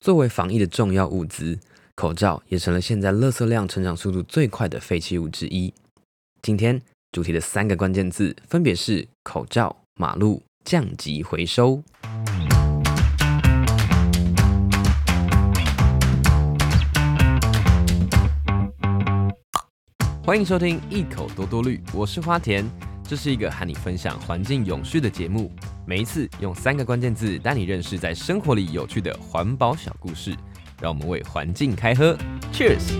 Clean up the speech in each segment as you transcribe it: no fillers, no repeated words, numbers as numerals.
作为防疫的重要物资，口罩也成了现在垃圾量成长速度最快的废弃物之一。今天主题的3个关键字分别是口罩、马路、降级回收。欢迎收听一口多多绿，我是花田。这是一个和你分享环境永续的节目，每一次用3个关键字带你认识在生活里有趣的环保小故事。让我们为环境开喝 ，Cheers！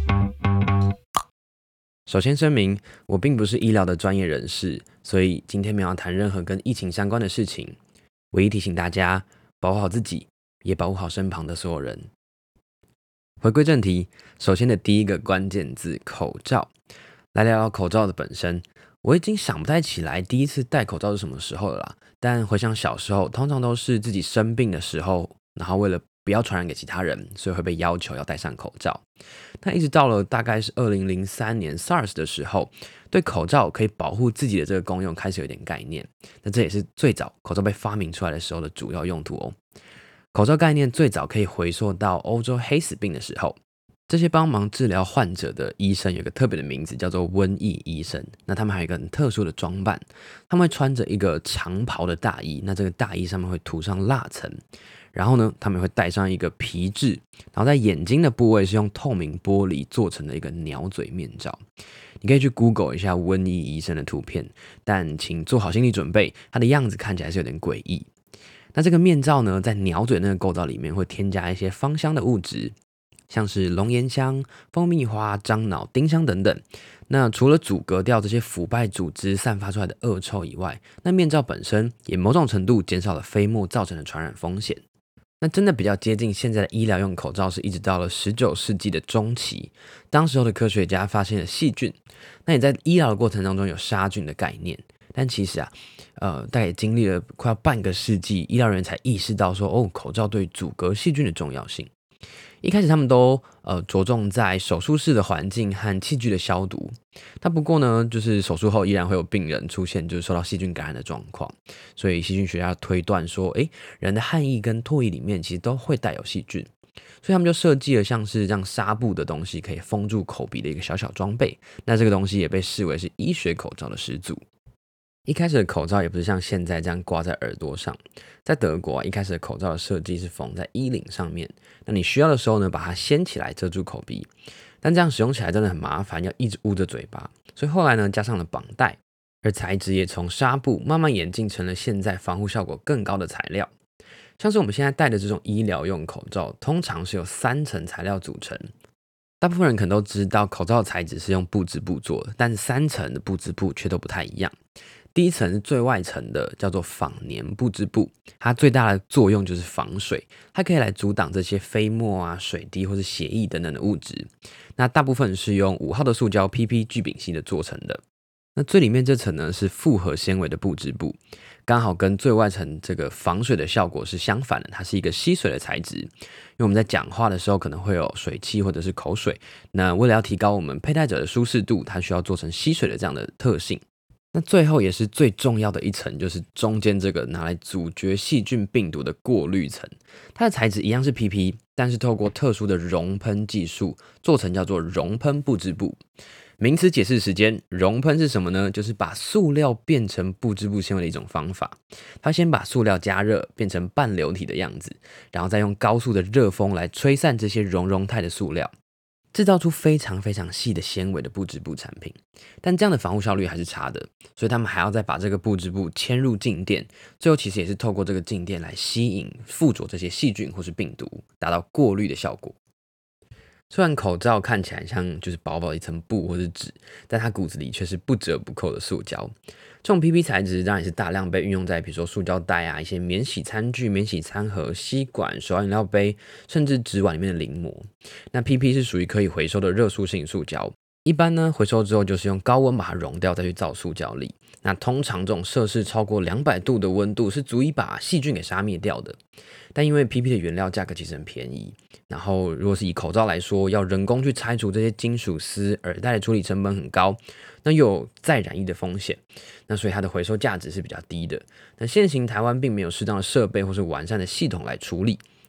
首先声明，我并不是医疗的专业人士，所以今天没有谈任何跟疫情相关的事情。唯一提醒大家，保护好自己，也保护好身旁的所有人。回归正题，首先的第一个关键字口罩，来聊聊口罩的本身。我已经想不太起来第一次戴口罩是什么时候了啦，但回想小时候，通常都是自己生病的时候，然后为了不要传染给其他人，所以会被要求要戴上口罩。那一直到了大概是2003年 SARS 的时候，对口罩可以保护自己的这个功用开始有点概念。那这也是最早口罩被发明出来的时候的主要用途哦。口罩概念最早可以回溯到欧洲黑死病的时候，这些帮忙治疗患者的医生有一个特别的名字，叫做瘟疫医生。那他们还有一个很特殊的装扮，他们会穿着一个长袍的大衣，那这个大衣上面会涂上蜡层，然后呢，他们会戴上一个皮质，然后在眼睛的部位是用透明玻璃做成的一个鸟嘴面罩。你可以去 Google 一下瘟疫医生的图片，但请做好心理准备，它的样子看起来是有点诡异。那这个面罩呢，在鸟嘴那个构造里面会添加一些芳香的物质，像是龙涎香、蜂蜜花、樟脑、丁香等等。那除了阻隔掉这些腐败组织散发出来的恶臭以外，那面罩本身也某种程度减少了飞沫造成的传染风险。那真的比较接近现在的医疗用口罩，是一直到了19世纪的中期，当时候的科学家发现了细菌。那也在医疗的过程当中有杀菌的概念，但其实大概也经历了快要半个世纪，医疗人员才意识到说，口罩对阻隔细菌的重要性。一开始他们都着重在手术室的环境和器具的消毒，但不过呢，就是手术后依然会有病人出现就是受到细菌感染的状况，所以细菌学家推断说，人的汗液跟唾液里面其实都会带有细菌，所以他们就设计了像是这样纱布的东西，可以封住口鼻的一个小小装备。那这个东西也被视为是医学口罩的始祖。一开始的口罩也不是像现在这样挂在耳朵上，在德国一开始的口罩的设计是缝在衣领上面，那你需要的时候呢，把它掀起来遮住口鼻，但这样使用起来真的很麻烦，要一直捂着嘴巴，所以后来呢加上了绑带，而材质也从纱布慢慢演进成了现在防护效果更高的材料。像是我们现在戴的这种医疗用口罩，通常是由3层材料组成。大部分人可能都知道口罩的材质是用布织布做的，但是3层的布织布却都不太一样。第一层是最外层的，叫做仿粘布织布，它最大的作用就是防水，它可以来阻挡这些飞沫啊、水滴或是血液等等的物质。那大部分是用5号的塑胶 PP 聚丙烯的做成的。那最里面这层呢是复合纤维的布织布，刚好跟最外层这个防水的效果是相反的，它是一个吸水的材质。因为我们在讲话的时候可能会有水汽或者是口水，那为了要提高我们佩戴者的舒适度，它需要做成吸水的这样的特性。那最后也是最重要的一层，就是中间这个拿来阻绝细菌病毒的过滤层。它的材质一样是 PP， 但是透过特殊的熔喷技术做成叫做熔喷布织布。名词解释时间，熔喷是什么呢？就是把塑料变成布织布纤维的一种方法。它先把塑料加热变成半流体的样子，然后再用高速的热风来吹散这些熔态的塑料，制造出非常非常细的纤维的布织布产品。但这样的防护效率还是差的，所以他们还要再把这个布织布嵌入静电，最后其实也是透过这个静电来吸引附着这些细菌或是病毒，达到过滤的效果。虽然口罩看起来像就是薄薄一层布或是纸，但它骨子里却是不折不扣的塑胶。这种 PP 材质当然也是大量被运用在比如说塑胶袋啊、一些免洗餐具、免洗餐盒、吸管、手摇饮料杯，甚至纸碗里面的临摹。那 PP 是属于可以回收的热塑性塑胶，一般呢回收之后就是用高温把它溶掉，再去造塑胶粒。那通常这种摄氏超过200度的温度是足以把细菌给杀灭掉的。但因为 PP 的原料价格其实很便宜，然后如果是以口罩来说，要人工去拆除这些金属丝，耳带的处理成本很高，那又有再染疫的风险，那所以它的回收价值是比较低的。那现行台湾并没有适当的设备或是完善的系统来处理，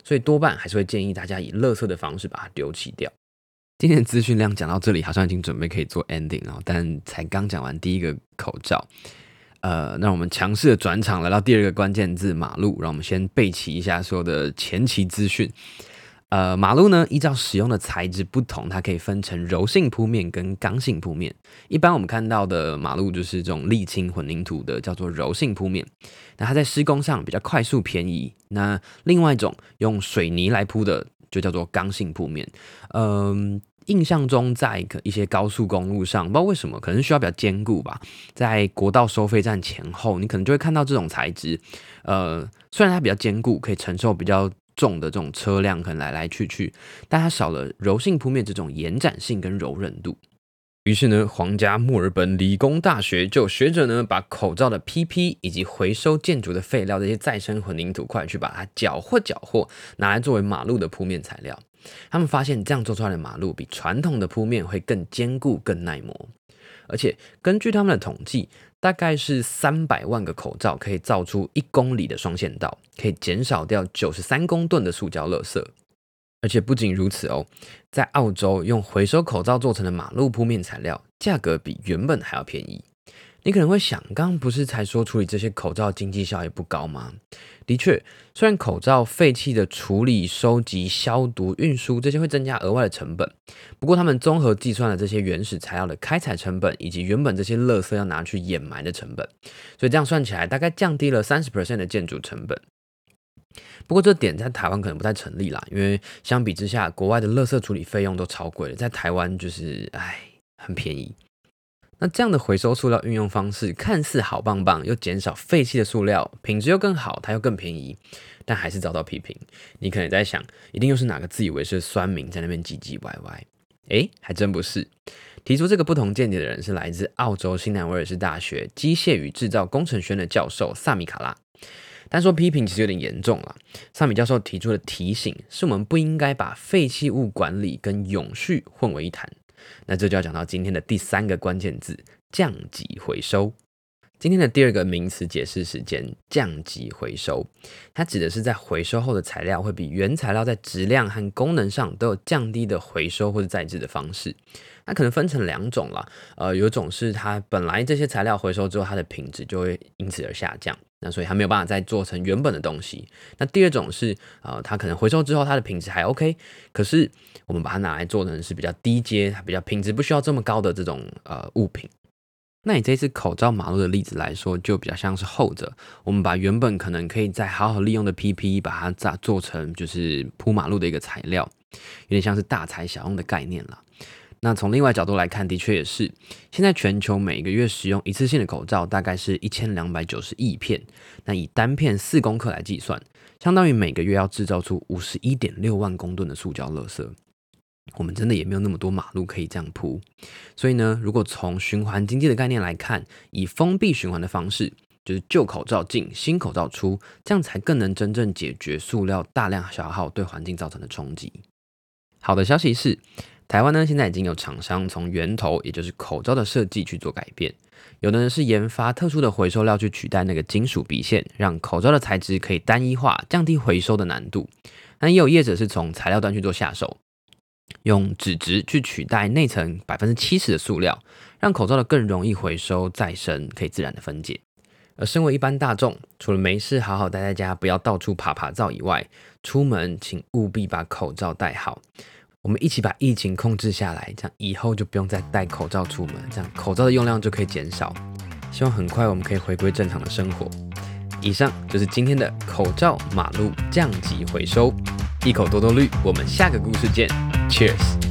所以多半还是会建议大家以垃圾的方式把它丢弃掉。今天的资讯量讲到这里，好像已经准备可以做 ending 了，但才刚讲完第一个口罩。那我们强势的转场来到第二个关键字马路，让我们先背起一下所有的前期资讯。马路呢，依照使用的材质不同，它可以分成柔性铺面跟刚性铺面。一般我们看到的马路就是这种沥青混凝土的，叫做柔性铺面。那它在施工上比较快速便宜。那另外一种用水泥来铺的，就叫做刚性铺面。印象中在一些高速公路上，不知道为什么，可能需要比较坚固吧，在国道收费站前后，你可能就会看到这种材质。虽然它比较坚固，可以承受比较重的这种车辆可能来来去，但它少了柔性铺面这种延展性跟柔韧度。于是呢，皇家墨尔本理工大学就有学者呢，把口罩的 PP 以及回收建筑的废料这些再生混凝土块去把它搅和，拿来作为马路的铺面材料。他们发现这样做出来的马路比传统的铺面会更坚固、更耐磨。而且根据他们的统计，大概是300万个口罩可以造出1公里的双线道，可以减少掉93公吨的塑胶垃圾。而且不仅如此哦，在澳洲用回收口罩做成的马路铺面材料，价格比原本还要便宜。你可能会想，刚刚不是才说处理这些口罩经济效益不高吗？的确，虽然口罩废弃的处理、收集、消毒、运输这些会增加额外的成本，不过他们综合计算了这些原始材料的开采成本，以及原本这些垃圾要拿去掩埋的成本，所以这样算起来大概降低了 30% 的建筑成本。不过这点在台湾可能不太成立啦，因为相比之下，国外的垃圾处理费用都超贵了，在台湾就是很便宜。那这样的回收塑料运用方式看似好棒棒，又减少废弃的塑料，品质又更好，它又更便宜，但还是遭到批评。你可能在想，一定又是哪个自以为是的酸民在那边唧唧歪歪。还真不是。提出这个不同见解的人是来自澳洲新南威尔士大学机械与制造工程学院的教授萨米卡拉。但说批评其实有点严重了。萨米教授提出的提醒是我们不应该把废弃物管理跟永续混为一谈。那这就要讲到今天的第3个关键字：降级回收。今天的第2个名词解释时间，降级回收，它指的是在回收后的材料会比原材料在质量和功能上都有降低的回收或者再制的方式。那可能分成2种啦，有一种是它本来这些材料回收之后，它的品质就会因此而下降，那所以它没有办法再做成原本的东西。那第2种是它可能回收之后它的品质还 OK， 可是我们把它拿来做成是比较低阶、比较品质不需要这么高的这种物品。那以这次口罩马路的例子来说，就比较像是后者，我们把原本可能可以再好好利用的 PP 把它做成就是铺马路的一个材料，有点像是大材小用的概念啦。那从另外角度来看，的确也是，现在全球每个月使用一次性的口罩大概是1290亿片，那以单片4公克来计算，相当于每个月要制造出51.6万公吨的塑胶垃圾。我们真的也没有那么多马路可以这样铺，所以呢，如果从循环经济的概念来看，以封闭循环的方式，就是旧口罩进，新口罩出，这样才更能真正解决塑料大量消耗对环境造成的冲击。好的消息是，台湾呢现在已经有厂商从源头，也就是口罩的设计去做改变，有的人是研发特殊的回收料去取代那个金属鼻线，让口罩的材质可以单一化，降低回收的难度。那也有业者是从材料端去做下手，用纸质去取代内层70%的塑料，让口罩的更容易回收再生，可以自然的分解。而身为一般大众，除了没事好好待在家，不要到处爬爬照以外，出门请务必把口罩戴好。我们一起把疫情控制下来，这样以后就不用再戴口罩出门，这样口罩的用量就可以减少。希望很快我们可以回归正常的生活。以上就是今天的口罩马路降级回收，一口多多绿，我们下个故事见 ，Cheers。